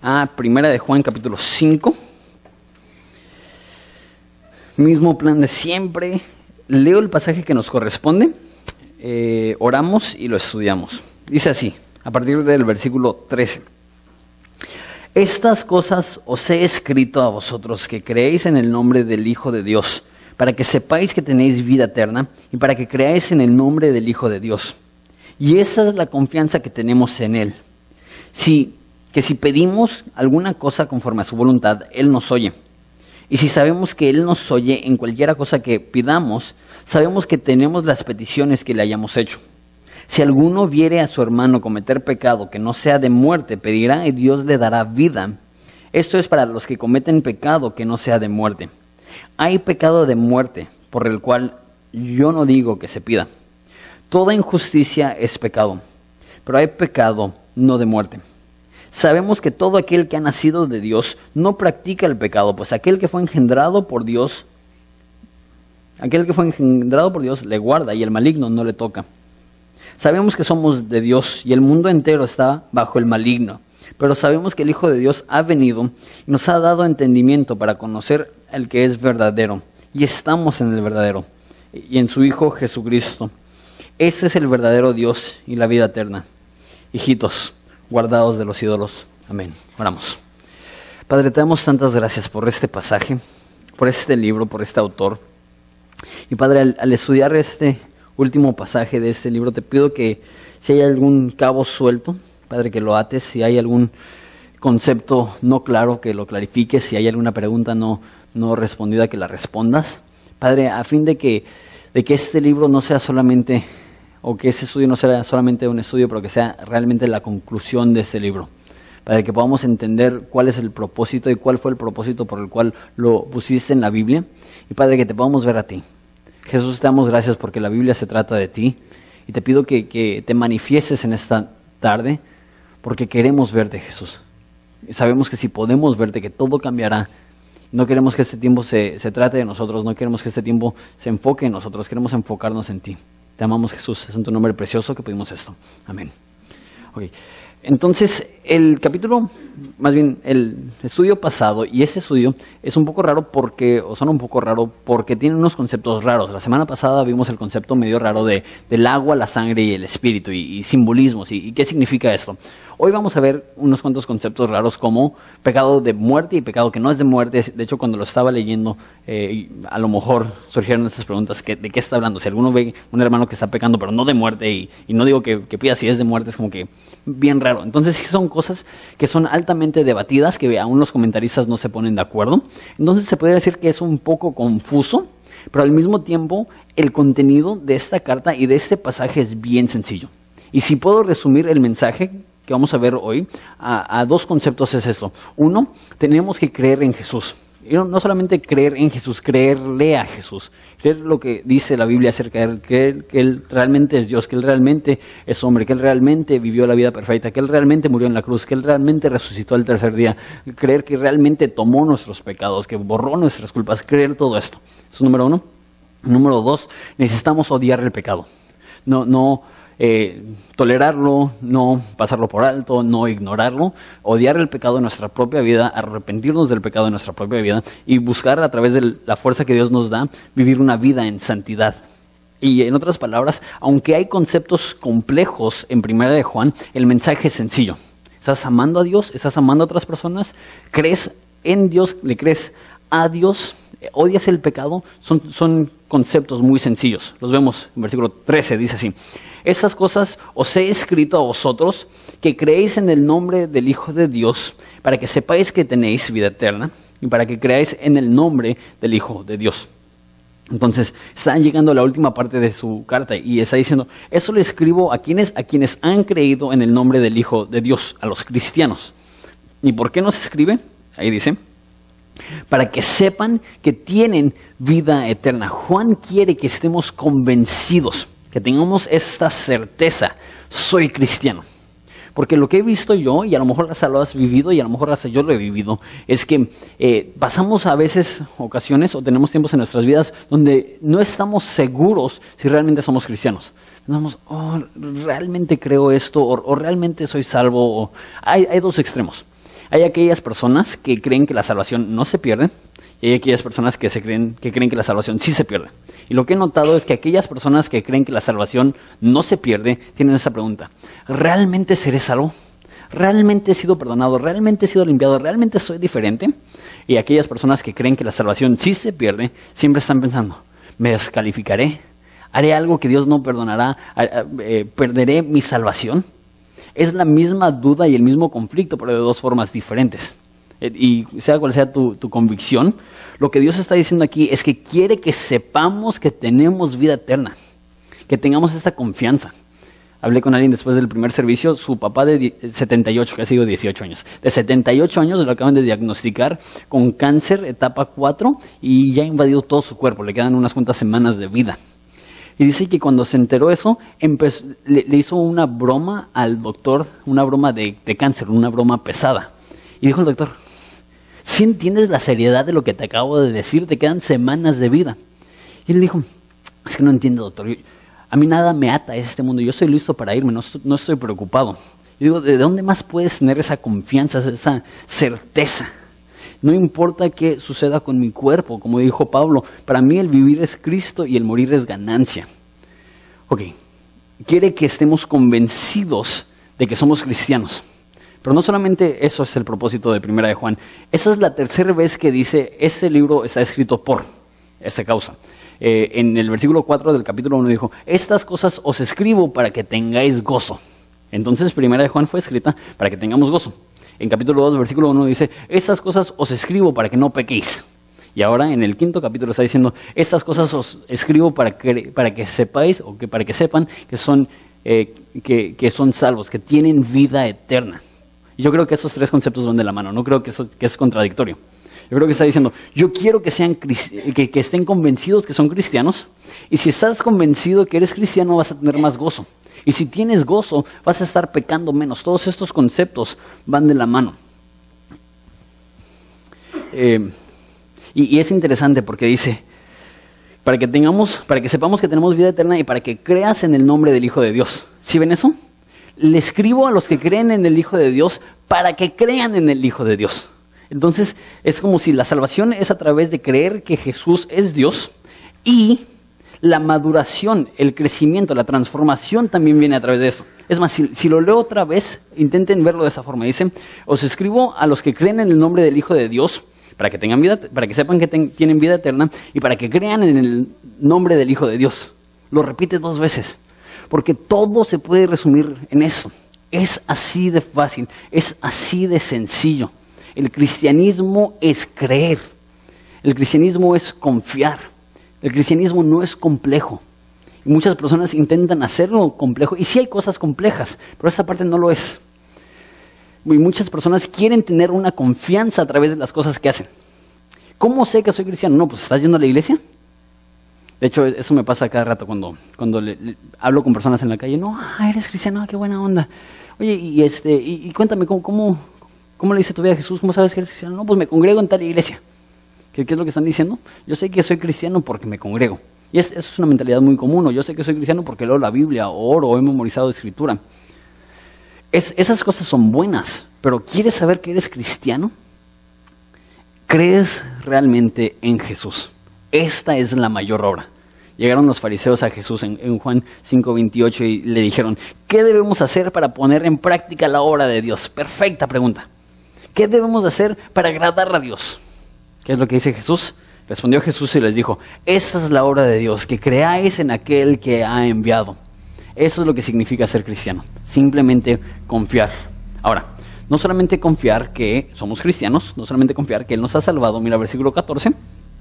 a Primera de Juan capítulo 5. Mismo plan de siempre. Leo el pasaje que nos corresponde, oramos y lo estudiamos. Dice así, a partir del versículo 13. Estas cosas os he escrito a vosotros que creéis en el nombre del Hijo de Dios, para que sepáis que tenéis vida eterna y para que creáis en el nombre del Hijo de Dios. Y esa es la confianza que tenemos en Él. Que si pedimos alguna cosa conforme a su voluntad, Él nos oye. Y si sabemos que Él nos oye en cualquiera cosa que pidamos, sabemos que tenemos las peticiones que le hayamos hecho. Si alguno viere a su hermano cometer pecado que no sea de muerte, pedirá y Dios le dará vida. Esto es para los que cometen pecado que no sea de muerte. Hay pecado de muerte, por el cual yo no digo que se pida. Toda injusticia es pecado, pero hay pecado no de muerte. Sabemos que todo aquel que ha nacido de Dios no practica el pecado, pues aquel que fue engendrado por Dios le guarda y el maligno no le toca. Sabemos que somos de Dios y el mundo entero está bajo el maligno, pero sabemos que el Hijo de Dios ha venido y nos ha dado entendimiento para conocer al que es verdadero, y estamos en el verdadero, y en su Hijo Jesucristo. Este es el verdadero Dios y la vida eterna. Hijitos, guardados de los ídolos. Amén. Oramos. Padre, te damos tantas gracias por este pasaje, por este libro, por este autor. Y Padre, al estudiar este último pasaje de este libro, te pido que si hay algún cabo suelto, Padre, que lo ates. Si hay algún concepto no claro, que lo clarifiques. Si hay alguna pregunta no respondida, que la respondas. Padre, a fin de que este libro no sea solamente, o que este estudio no sea solamente un estudio, pero que sea realmente la conclusión de este libro. Para que podamos entender cuál es el propósito y cuál fue el propósito por el cual lo pusiste en la Biblia. Y Padre, que te podamos ver a ti. Jesús, te damos gracias porque la Biblia se trata de ti. Y te pido que te manifiestes en esta tarde, porque queremos verte, Jesús. Y sabemos que si podemos verte, que todo cambiará. No queremos que este tiempo se trate de nosotros, no queremos que este tiempo se enfoque en nosotros, queremos enfocarnos en ti. Te amamos, Jesús, es en tu nombre precioso que pedimos esto. Amén. Okay. Entonces, el estudio pasado, y este estudio es un poco raro suena un poco raro porque tiene unos conceptos raros. La semana pasada vimos el concepto medio raro del agua, la sangre y el espíritu, y simbolismos, y qué significa esto. Hoy vamos a ver unos cuantos conceptos raros como pecado de muerte y pecado que no es de muerte. De hecho, cuando lo estaba leyendo, a lo mejor surgieron estas preguntas, ¿de qué está hablando? Si alguno ve un hermano que está pecando, pero no de muerte, y no digo que pida si es de muerte, es como que bien raro. Entonces sí son cosas que son altamente debatidas, que aún los comentaristas no se ponen de acuerdo. Entonces se podría decir que es un poco confuso, pero al mismo tiempo el contenido de esta carta y de este pasaje es bien sencillo. Y si puedo resumir el mensaje que vamos a ver hoy a dos conceptos, es esto. Uno, tenemos que creer en Jesús. Y no solamente creer en Jesús, creerle a Jesús. Creer lo que dice la Biblia acerca de Él, creer que Él realmente es Dios, que Él realmente es hombre, que Él realmente vivió la vida perfecta, que Él realmente murió en la cruz, que Él realmente resucitó al tercer día. Creer que realmente tomó nuestros pecados, que borró nuestras culpas. Creer todo esto. Eso es número uno. Número dos, necesitamos odiar el pecado. No tolerarlo, no pasarlo por alto, no ignorarlo, odiar el pecado de nuestra propia vida, arrepentirnos del pecado de nuestra propia vida y buscar a través de la fuerza que Dios nos da, vivir una vida en santidad. Y en otras palabras, aunque hay conceptos complejos en Primera de Juan, el mensaje es sencillo. ¿Estás amando a Dios? ¿Estás amando a otras personas? ¿Crees en Dios? ¿Le crees a Dios? ¿Odias el pecado? Son conceptos muy sencillos. Los vemos en versículo 13, dice así. Estas cosas os he escrito a vosotros que creéis en el nombre del Hijo de Dios, para que sepáis que tenéis vida eterna y para que creáis en el nombre del Hijo de Dios. Entonces, están llegando a la última parte de su carta y está diciendo, eso le escribo a quienes han creído en el nombre del Hijo de Dios, a los cristianos. ¿Y por qué nos escribe? Ahí dice, para que sepan que tienen vida eterna. Juan quiere que estemos convencidos, que tengamos esta certeza, soy cristiano. Porque lo que he visto yo, y a lo mejor hasta lo has vivido, y a lo mejor hasta yo lo he vivido, es que pasamos a veces ocasiones o tenemos tiempos en nuestras vidas donde no estamos seguros si realmente somos cristianos. Pensamos, realmente creo esto, o realmente soy salvo. Hay dos extremos. Hay aquellas personas que creen que la salvación no se pierde, y hay aquellas personas que creen que la salvación sí se pierde. Y lo que he notado es que aquellas personas que creen que la salvación no se pierde, tienen esa pregunta: ¿realmente seré salvo? ¿Realmente he sido perdonado? ¿Realmente he sido limpiado? ¿Realmente soy diferente? Y aquellas personas que creen que la salvación sí se pierde, siempre están pensando: ¿me descalificaré? ¿Haré algo que Dios no perdonará? ¿Perderé mi salvación? Es la misma duda y el mismo conflicto, pero de dos formas diferentes. Y sea cual sea tu convicción, lo que Dios está diciendo aquí es que quiere que sepamos que tenemos vida eterna, que tengamos esta confianza. Hablé con alguien después del primer servicio, su papá de 78, que ha sido 18 años. De 78 años lo acaban de diagnosticar con cáncer etapa 4 y ya ha invadido todo su cuerpo, le quedan unas cuantas semanas de vida. Y dice que cuando se enteró eso, le hizo una broma al doctor, una broma de cáncer, una broma pesada. Y dijo el doctor: ¿sí entiendes la seriedad de lo que te acabo de decir? Te quedan semanas de vida. Y él dijo: es que no entiendo, doctor. A mí nada me ata a este mundo. Yo estoy listo para irme, no estoy preocupado. Yo digo, ¿de dónde más puedes tener esa confianza, esa certeza? No importa qué suceda con mi cuerpo, como dijo Pablo, para mí el vivir es Cristo y el morir es ganancia. Ok, quiere que estemos convencidos de que somos cristianos. Pero no solamente eso es el propósito de Primera de Juan. Esa es la tercera vez que dice: este libro está escrito por esta causa. En el versículo 4 del capítulo 1 dijo: estas cosas os escribo para que tengáis gozo. Entonces Primera de Juan fue escrita para que tengamos gozo. En capítulo 2, versículo 1 dice: estas cosas os escribo para que no pequéis. Y ahora en el quinto capítulo está diciendo: estas cosas os escribo para que sepáis, o que para que sepan que son salvos, que tienen vida eterna. Y yo creo que esos tres conceptos van de la mano, no creo que es contradictorio. Yo creo que está diciendo: yo quiero que estén convencidos que son cristianos, y si estás convencido que eres cristiano vas a tener más gozo. Y si tienes gozo, vas a estar pecando menos. Todos estos conceptos van de la mano. Y es interesante porque dice: para que sepamos que tenemos vida eterna y para que creas en el nombre del Hijo de Dios. ¿Sí ven eso? Le escribo a los que creen en el Hijo de Dios para que crean en el Hijo de Dios. Entonces, es como si la salvación es a través de creer que Jesús es Dios, y la maduración, el crecimiento, la transformación también viene a través de eso. Es más, si lo leo otra vez, intenten verlo de esa forma. Dice: os escribo a los que creen en el nombre del Hijo de Dios, para que tengan vida, para que sepan que tienen vida eterna, y para que crean en el nombre del Hijo de Dios. Lo repite 2 veces, porque todo se puede resumir en eso. Es así de fácil, es así de sencillo. El cristianismo es creer, el cristianismo es confiar, el cristianismo no es complejo. Y muchas personas intentan hacerlo complejo, y sí hay cosas complejas, pero esta parte no lo es. Y muchas personas quieren tener una confianza a través de las cosas que hacen. ¿Cómo sé que soy cristiano? No, pues ¿estás yendo a la iglesia? De hecho, eso me pasa cada rato cuando hablo con personas en la calle. No, eres cristiano, qué buena onda. Oye, y cuéntame, ¿cómo le dice tu vida a Jesús? ¿Cómo sabes que eres cristiano? No, pues me congrego en tal iglesia. ¿Qué es lo que están diciendo? Yo sé que soy cristiano porque me congrego. Y eso es una mentalidad muy común. Yo sé que soy cristiano porque leo la Biblia, o oro, o he memorizado escritura. Esas cosas son buenas, pero ¿quieres saber que eres cristiano? ¿Crees realmente en Jesús? Esta es la mayor obra. Llegaron los fariseos a Jesús en Juan 5:28 y le dijeron: ¿qué debemos hacer para poner en práctica la obra de Dios? Perfecta pregunta. ¿Qué debemos hacer para agradar a Dios? ¿Qué es lo que dice Jesús? Respondió Jesús y les dijo: esa es la obra de Dios, que creáis en aquel que ha enviado. Eso es lo que significa ser cristiano, simplemente confiar. Ahora, no solamente confiar que somos cristianos, no solamente confiar que Él nos ha salvado. Mira versículo 14.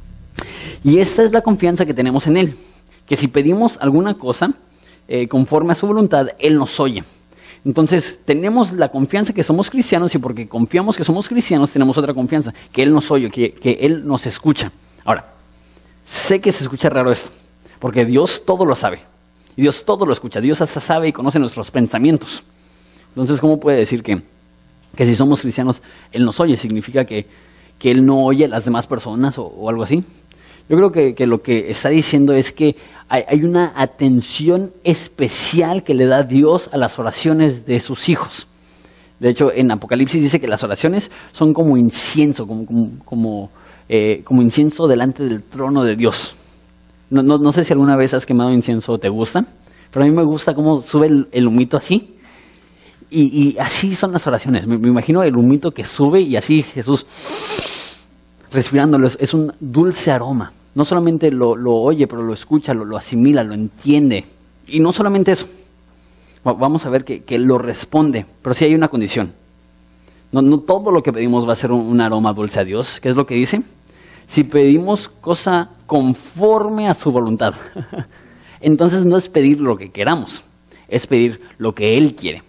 Y esta es la confianza que tenemos en Él, que si pedimos alguna cosa conforme a su voluntad, Él nos oye. Entonces, tenemos la confianza que somos cristianos, y porque confiamos que somos cristianos, tenemos otra confianza, que Él nos oye, que Él nos escucha. Ahora, sé que se escucha raro esto, porque Dios todo lo sabe, y Dios todo lo escucha. Dios hasta sabe y conoce nuestros pensamientos. Entonces, ¿cómo puede decir que si somos cristianos, Él nos oye? ¿Significa que Él no oye a las demás personas o algo así? Yo creo que lo que está diciendo es que hay una atención especial que le da Dios a las oraciones de sus hijos. De hecho, en Apocalipsis dice que las oraciones son como incienso, como incienso delante del trono de Dios. No sé si alguna vez has quemado incienso o te gusta, pero a mí me gusta cómo sube el humito así. Y así son las oraciones. Me imagino el humito que sube y así Jesús respirándolo. Es un dulce aroma. No solamente lo oye, pero lo escucha, lo asimila, lo entiende. Y no solamente eso. Vamos a ver que lo responde, pero sí hay una condición. No todo lo que pedimos va a ser un aroma dulce a Dios. ¿Qué es lo que dice? Si pedimos cosa conforme a su voluntad, entonces no es pedir lo que queramos, es pedir lo que Él quiere.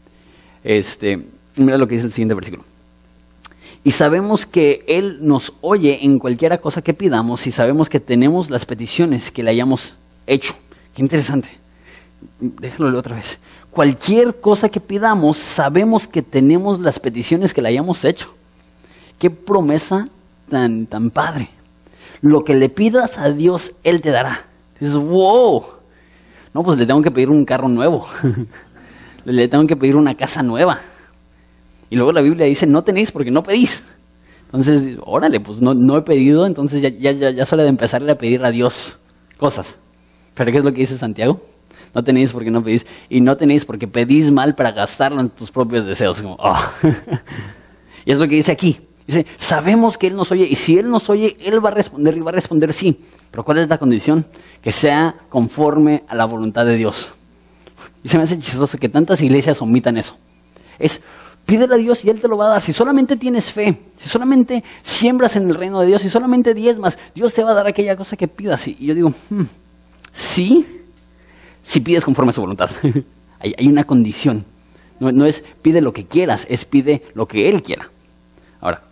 Mira lo que dice el siguiente versículo. Y sabemos que Él nos oye en cualquiera cosa que pidamos y sabemos que tenemos las peticiones que le hayamos hecho. Qué interesante. Déjalo leer otra vez. Cualquier cosa que pidamos, sabemos que tenemos las peticiones que le hayamos hecho. Qué promesa tan padre. Lo que le pidas a Dios, Él te dará. Dices, wow. No, pues le tengo que pedir un carro nuevo. Le tengo que pedir una casa nueva. Y luego la Biblia dice, no tenéis porque no pedís. Entonces, órale, pues no he pedido, entonces ya es hora de empezarle a pedir a Dios cosas. ¿Pero qué es lo que dice Santiago? No tenéis porque no pedís. Y no tenéis porque pedís mal para gastarlo en tus propios deseos. Como, oh. Y es lo que dice aquí. Dice, sabemos que Él nos oye. Y si Él nos oye, Él va a responder y va a responder sí. Pero ¿cuál es la condición? Que sea conforme a la voluntad de Dios. Y se me hace chistoso que tantas iglesias omitan eso. Es, pídele a Dios y Él te lo va a dar. Si solamente tienes fe, si solamente siembras en el reino de Dios, si solamente diezmas, Dios te va a dar aquella cosa que pidas. Y yo digo, sí, si pides conforme a su voluntad. Hay una condición. No es pide lo que quieras, es pide lo que Él quiera. Ahora,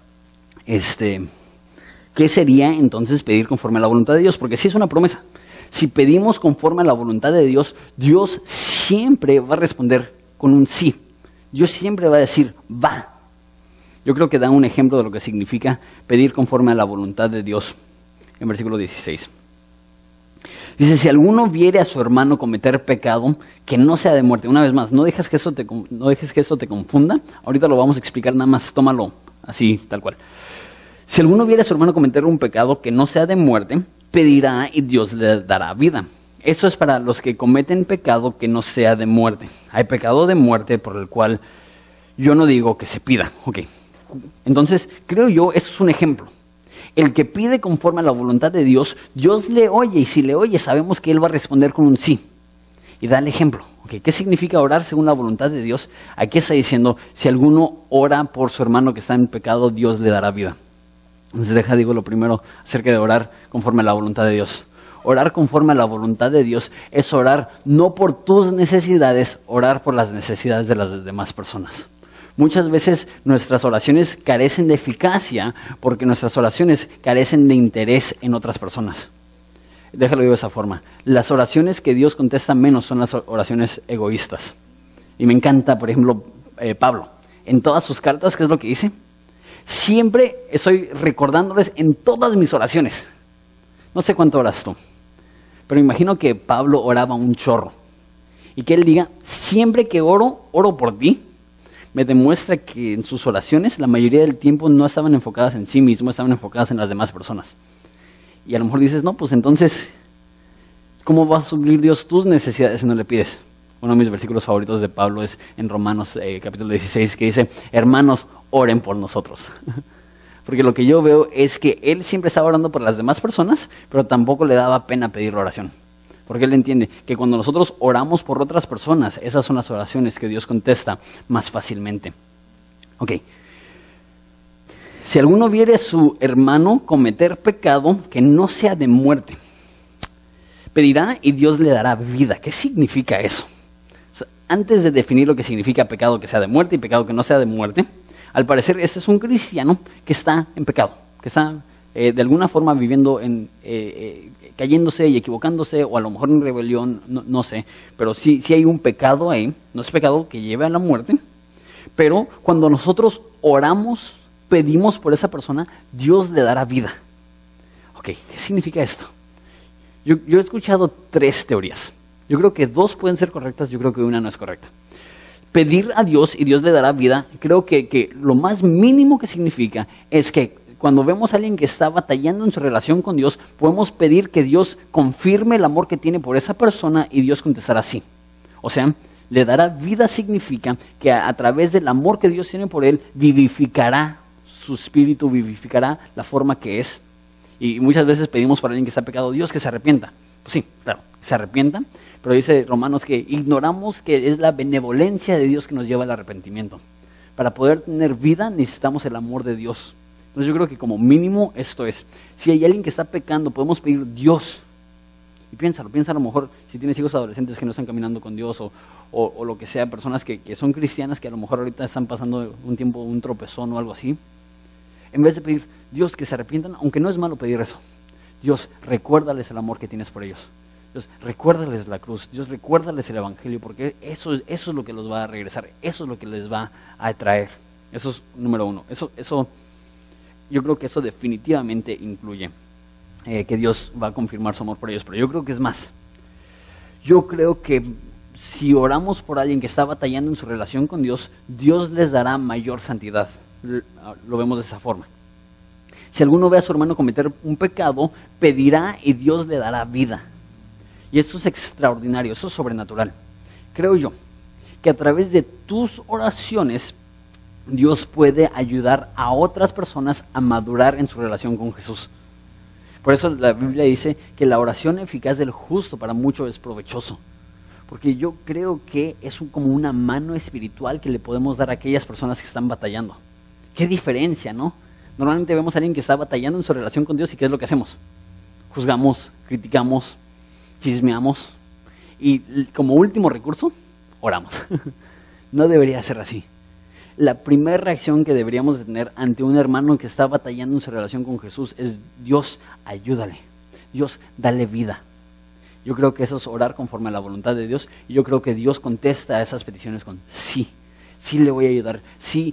¿qué sería entonces pedir conforme a la voluntad de Dios? Porque sí es una promesa. Si pedimos conforme a la voluntad de Dios, Dios siempre va a responder con un sí. Dios siempre va a decir, va. Yo creo que da un ejemplo de lo que significa pedir conforme a la voluntad de Dios. En versículo 16. Dice, si alguno viere a su hermano cometer pecado, que no sea de muerte. Una vez más, no dejes que eso te confunda. Ahorita lo vamos a explicar, nada más tómalo así, tal cual. Si alguno viere a su hermano cometer un pecado que no sea de muerte, pedirá y Dios le dará vida. Esto es para los que cometen pecado que no sea de muerte. Hay pecado de muerte por el cual yo no digo que se pida. Ok. Entonces, creo yo, esto es un ejemplo. El que pide conforme a la voluntad de Dios, Dios le oye, y si le oye, sabemos que Él va a responder con un sí. Y da el ejemplo. Okay. ¿Qué significa orar según la voluntad de Dios? Aquí está diciendo, si alguno ora por su hermano que está en pecado, Dios le dará vida. Entonces digo lo primero acerca de orar conforme a la voluntad de Dios. Orar conforme a la voluntad de Dios es orar no por tus necesidades, orar por las necesidades de las demás personas. Muchas veces nuestras oraciones carecen de eficacia porque nuestras oraciones carecen de interés en otras personas. Déjalo yo de esa forma. Las oraciones que Dios contesta menos son las oraciones egoístas. Y me encanta, por ejemplo, Pablo. En todas sus cartas, ¿qué es lo que dice? Siempre estoy recordándoles en todas mis oraciones. No sé cuánto oras tú, pero imagino que Pablo oraba un chorro. Y que él diga, siempre que oro por ti, me demuestra que en sus oraciones la mayoría del tiempo no estaban enfocadas en sí mismo, estaban enfocadas en las demás personas. Y a lo mejor dices, no, pues entonces, ¿cómo va a suplir Dios tus necesidades si no le pides? Uno de mis versículos favoritos de Pablo es en Romanos capítulo 16, que dice, hermanos, oren por nosotros. Porque lo que yo veo es que él siempre estaba orando por las demás personas, pero tampoco le daba pena pedir oración. Porque él entiende que cuando nosotros oramos por otras personas, esas son las oraciones que Dios contesta más fácilmente. Ok. Si alguno viere a su hermano cometer pecado que no sea de muerte, pedirá y Dios le dará vida. ¿Qué significa eso? Antes de definir lo que significa pecado que sea de muerte y pecado que no sea de muerte, al parecer este es un cristiano que está en pecado, que está de alguna forma viviendo cayéndose y equivocándose, o a lo mejor en rebelión, no sé, pero sí hay un pecado ahí. No es pecado que lleve a la muerte, pero cuando nosotros oramos, pedimos por esa persona, Dios le dará vida. Ok, ¿qué significa esto? Yo he escuchado 3 teorías. Yo creo que 2 pueden ser correctas, yo creo que una no es correcta. pedir a Dios y Dios le dará vida, creo que lo más mínimo que significa es que cuando vemos a alguien que está batallando en su relación con Dios, podemos pedir que Dios confirme el amor que tiene por esa persona y Dios contestará sí. O sea, le dará vida significa que a través del amor que Dios tiene por él, vivificará su espíritu, vivificará la forma que es. Y muchas veces pedimos para alguien que está pecado, Dios que se arrepienta. Pues sí, claro, se arrepienta, pero dice Romanos que ignoramos que es la benevolencia de Dios que nos lleva al arrepentimiento. Para poder tener vida necesitamos el amor de Dios. Entonces yo creo que como mínimo esto es, si hay alguien que está pecando, podemos pedir Dios. Y piensa a lo mejor si tienes hijos adolescentes que no están caminando con Dios o lo que sea, personas que son cristianas que a lo mejor ahorita están pasando un tiempo, un tropezón o algo así. En vez de pedir Dios que se arrepientan, aunque no es malo pedir eso, Dios recuérdales el amor que tienes por ellos. Dios recuérdales la cruz, Dios recuérdales el evangelio, porque eso es lo que los va a regresar, eso es lo que les va a atraer. Eso es número uno. Yo creo que eso definitivamente incluye que Dios va a confirmar su amor por ellos, pero yo creo que es más. Yo creo que si oramos por alguien que está batallando en su relación con Dios, Dios les dará mayor santidad. Lo vemos de esa forma. Si alguno ve a su hermano cometer un pecado, pedirá y Dios le dará vida. Y esto es extraordinario, eso es sobrenatural. Creo yo que a través de tus oraciones, Dios puede ayudar a otras personas a madurar en su relación con Jesús. Por eso la Biblia dice que la oración eficaz del justo para muchos es provechoso. Porque yo creo que es como una mano espiritual que le podemos dar a aquellas personas que están batallando. ¿Qué diferencia, no? Normalmente vemos a alguien que está batallando en su relación con Dios y ¿qué es lo que hacemos? Juzgamos, criticamos, chismeamos y como último recurso, oramos. No debería ser así. La primera reacción que deberíamos tener ante un hermano que está batallando en su relación con Jesús es Dios, ayúdale. Dios, dale vida. Yo creo que eso es orar conforme a la voluntad de Dios y yo creo que Dios contesta a esas peticiones con sí. Sí le voy a ayudar. Sí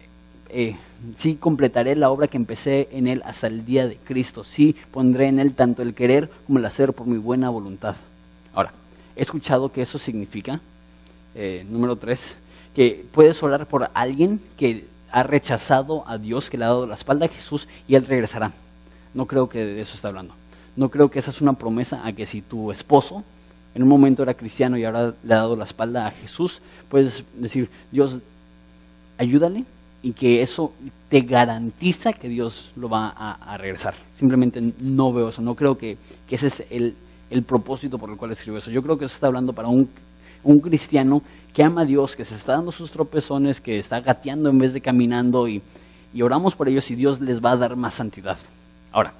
completaré la obra que empecé en él hasta el día de Cristo. Sí pondré en él tanto el querer como el hacer por mi buena voluntad. Ahora, he escuchado que eso significa, número 3, que puedes orar por alguien que ha rechazado a Dios, que le ha dado la espalda a Jesús y él regresará. No creo que de eso está hablando. No creo que esa es una promesa a que si tu esposo en un momento era cristiano y ahora le ha dado la espalda a Jesús, puedes decir, Dios, ayúdale, y que eso te garantiza que Dios lo va a regresar. Simplemente no veo eso, no creo que ese es el propósito por el cual escribo eso. Yo creo que eso está hablando para un cristiano que ama a Dios, que se está dando sus tropezones, que está gateando en vez de caminando y oramos por ellos y Dios les va a dar más santidad. Ahora,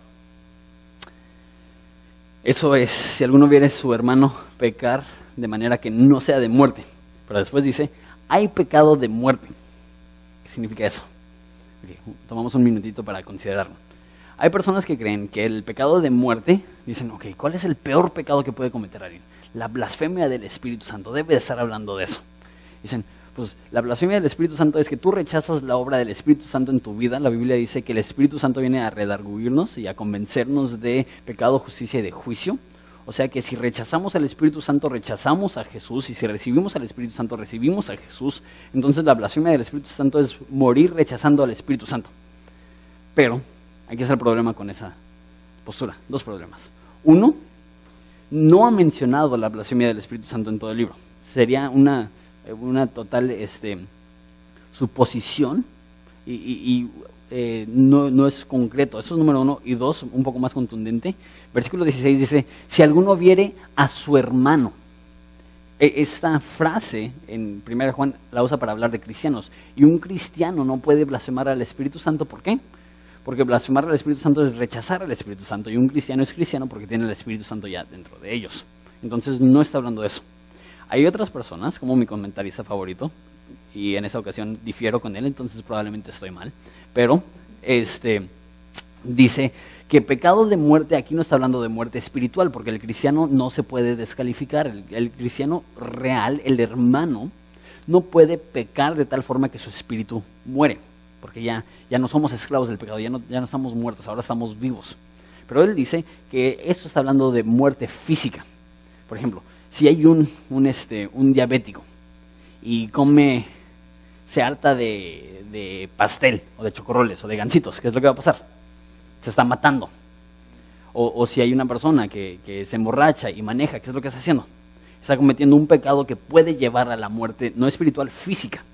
eso es, si alguno viera a su hermano pecar de manera que no sea de muerte, pero después dice, hay pecado de muerte. ¿Qué significa eso? Okay, tomamos un minutito para considerarlo. Hay personas que creen que el pecado de muerte, dicen, ok, ¿cuál es el peor pecado que puede cometer alguien? La blasfemia del Espíritu Santo, debe de estar hablando de eso. Dicen, pues la blasfemia del Espíritu Santo es que tú rechazas la obra del Espíritu Santo en tu vida. La Biblia dice que el Espíritu Santo viene a redarguirnos y a convencernos de pecado, justicia y de juicio. O sea que si rechazamos al Espíritu Santo, rechazamos a Jesús, y si recibimos al Espíritu Santo, recibimos a Jesús. Entonces la blasfemia del Espíritu Santo es morir rechazando al Espíritu Santo. Pero aquí está el problema con esa postura, 2 problemas. 1, no ha mencionado la blasfemia del Espíritu Santo en todo el libro. Sería una total suposición y no es concreto. Eso es número 1. Y 2, un poco más contundente. Versículo 16 dice, si alguno viere a su hermano. Esta frase en 1 Juan la usa para hablar de cristianos. Y un cristiano no puede blasfemar al Espíritu Santo. ¿Por qué? Porque blasfemar al Espíritu Santo es rechazar al Espíritu Santo. Y un cristiano es cristiano porque tiene el Espíritu Santo ya dentro de ellos. Entonces no está hablando de eso. Hay otras personas, como mi comentarista favorito, y en esa ocasión difiero con él, entonces probablemente estoy mal, pero dice que pecado de muerte, aquí no está hablando de muerte espiritual, porque el cristiano no se puede descalificar. El cristiano real, el hermano, no puede pecar de tal forma que su espíritu muere, porque ya no somos esclavos del pecado, ya no estamos muertos, ahora estamos vivos. Pero él dice que esto está hablando de muerte física. Por ejemplo, si hay un diabético y se harta de pastel o de chocorroles o de gansitos, ¿qué es lo que va a pasar? Se está matando. O si hay una persona que se emborracha y maneja, ¿qué es lo que está haciendo? Está cometiendo un pecado que puede llevar a la muerte, no espiritual, física.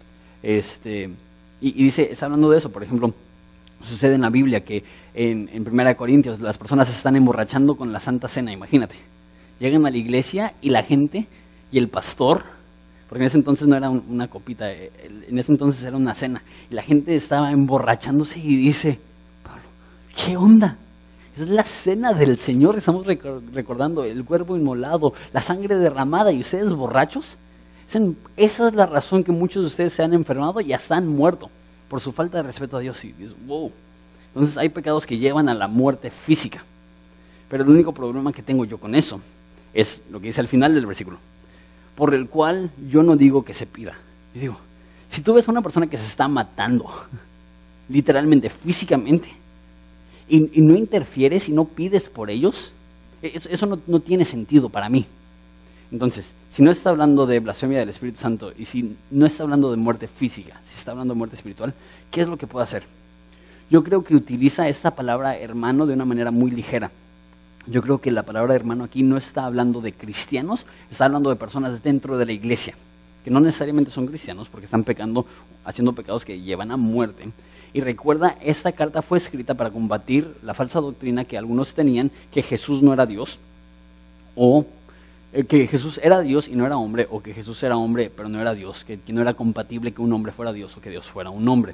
Y dice, está hablando de eso, por ejemplo, sucede en la Biblia que en 1 Corintios las personas se están emborrachando con la Santa Cena, imagínate. Llegan a la iglesia y la gente y el pastor, porque en ese entonces no era una copita, en ese entonces era una cena, y la gente estaba emborrachándose y dice, Pablo, ¿qué onda? Es la cena del Señor, estamos recordando el cuerpo inmolado, la sangre derramada, y ustedes borrachos. Esa es la razón que muchos de ustedes se han enfermado y hasta han muerto por su falta de respeto a Dios. Y dices, wow. Entonces hay pecados que llevan a la muerte física. Pero el único problema que tengo yo con eso es lo que dice al final del versículo, por el cual yo no digo que se pida. Yo digo, si tú ves a una persona que se está matando, literalmente, físicamente, y no interfieres y no pides por ellos, eso no tiene sentido para mí. Entonces, si no está hablando de blasfemia del Espíritu Santo y si no está hablando de muerte física, si está hablando de muerte espiritual, ¿qué es lo que puede hacer? Yo creo que utiliza esta palabra hermano de una manera muy ligera. Yo creo que la palabra hermano aquí no está hablando de cristianos, está hablando de personas dentro de la iglesia, que no necesariamente son cristianos porque están pecando, haciendo pecados que llevan a muerte. Y recuerda, esta carta fue escrita para combatir la falsa doctrina que algunos tenían, que Jesús no era Dios, o que Jesús era Dios y no era hombre, o que Jesús era hombre pero no era Dios, que no era compatible que un hombre fuera Dios o que Dios fuera un hombre.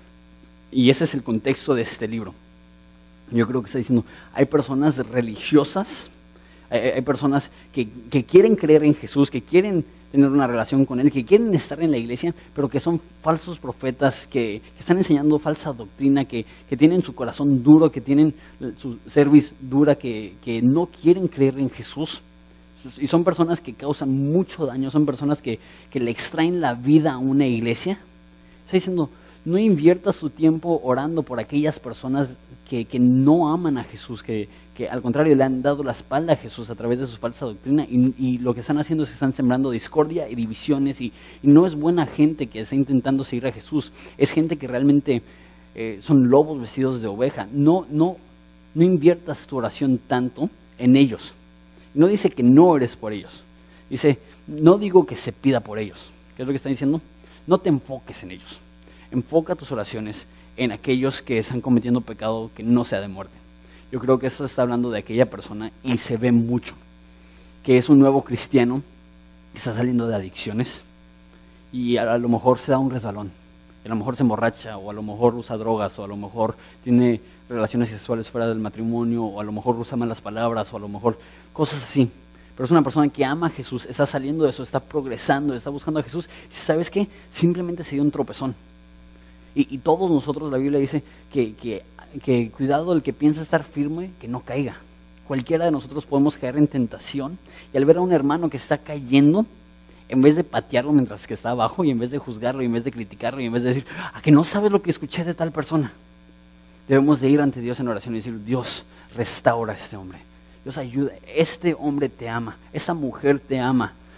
Y ese es el contexto de este libro. Yo creo que está diciendo, hay personas religiosas, hay personas que quieren creer en Jesús, que quieren tener una relación con Él, que quieren estar en la iglesia, pero que son falsos profetas, que están enseñando falsa doctrina, que tienen su corazón duro, que tienen su cerviz dura, que no quieren creer en Jesús. Y son personas que causan mucho daño, son personas que le extraen la vida a una iglesia. Está diciendo, no inviertas tu tiempo orando por aquellas personas que no aman a Jesús, que al contrario le han dado la espalda a Jesús a través de su falsa doctrina, y lo que están haciendo es que están sembrando discordia y divisiones, y no es buena gente que está intentando seguir a Jesús, es gente que realmente son lobos vestidos de oveja. No inviertas tu oración tanto en ellos. No dice que no ores por ellos, dice, no digo que se pida por ellos. ¿Qué es lo que está diciendo? No te enfoques en ellos, enfoca tus oraciones en aquellos que están cometiendo pecado que no sea de muerte. Yo creo que eso está hablando de aquella persona, y se ve mucho, que es un nuevo cristiano que está saliendo de adicciones y a lo mejor se da un resbalón, a lo mejor se emborracha, o a lo mejor usa drogas, o a lo mejor tiene relaciones sexuales fuera del matrimonio, o a lo mejor usa malas palabras, o a lo mejor cosas así. Pero es una persona que ama a Jesús, está saliendo de eso, está progresando, está buscando a Jesús, y ¿sabes qué? Simplemente se dio un tropezón. Y todos nosotros, la Biblia dice que cuidado el que piensa estar firme, que no caiga. Cualquiera de nosotros podemos caer en tentación, y al ver a un hermano que está cayendo, en vez de patearlo mientras que está abajo, y en vez de juzgarlo, y en vez de criticarlo, y en vez de decir, que no sabes lo que escuché de tal persona, debemos de ir ante Dios en oración y decir, Dios, restaura a este hombre. Dios, ayuda, este hombre te ama, esta mujer te ama.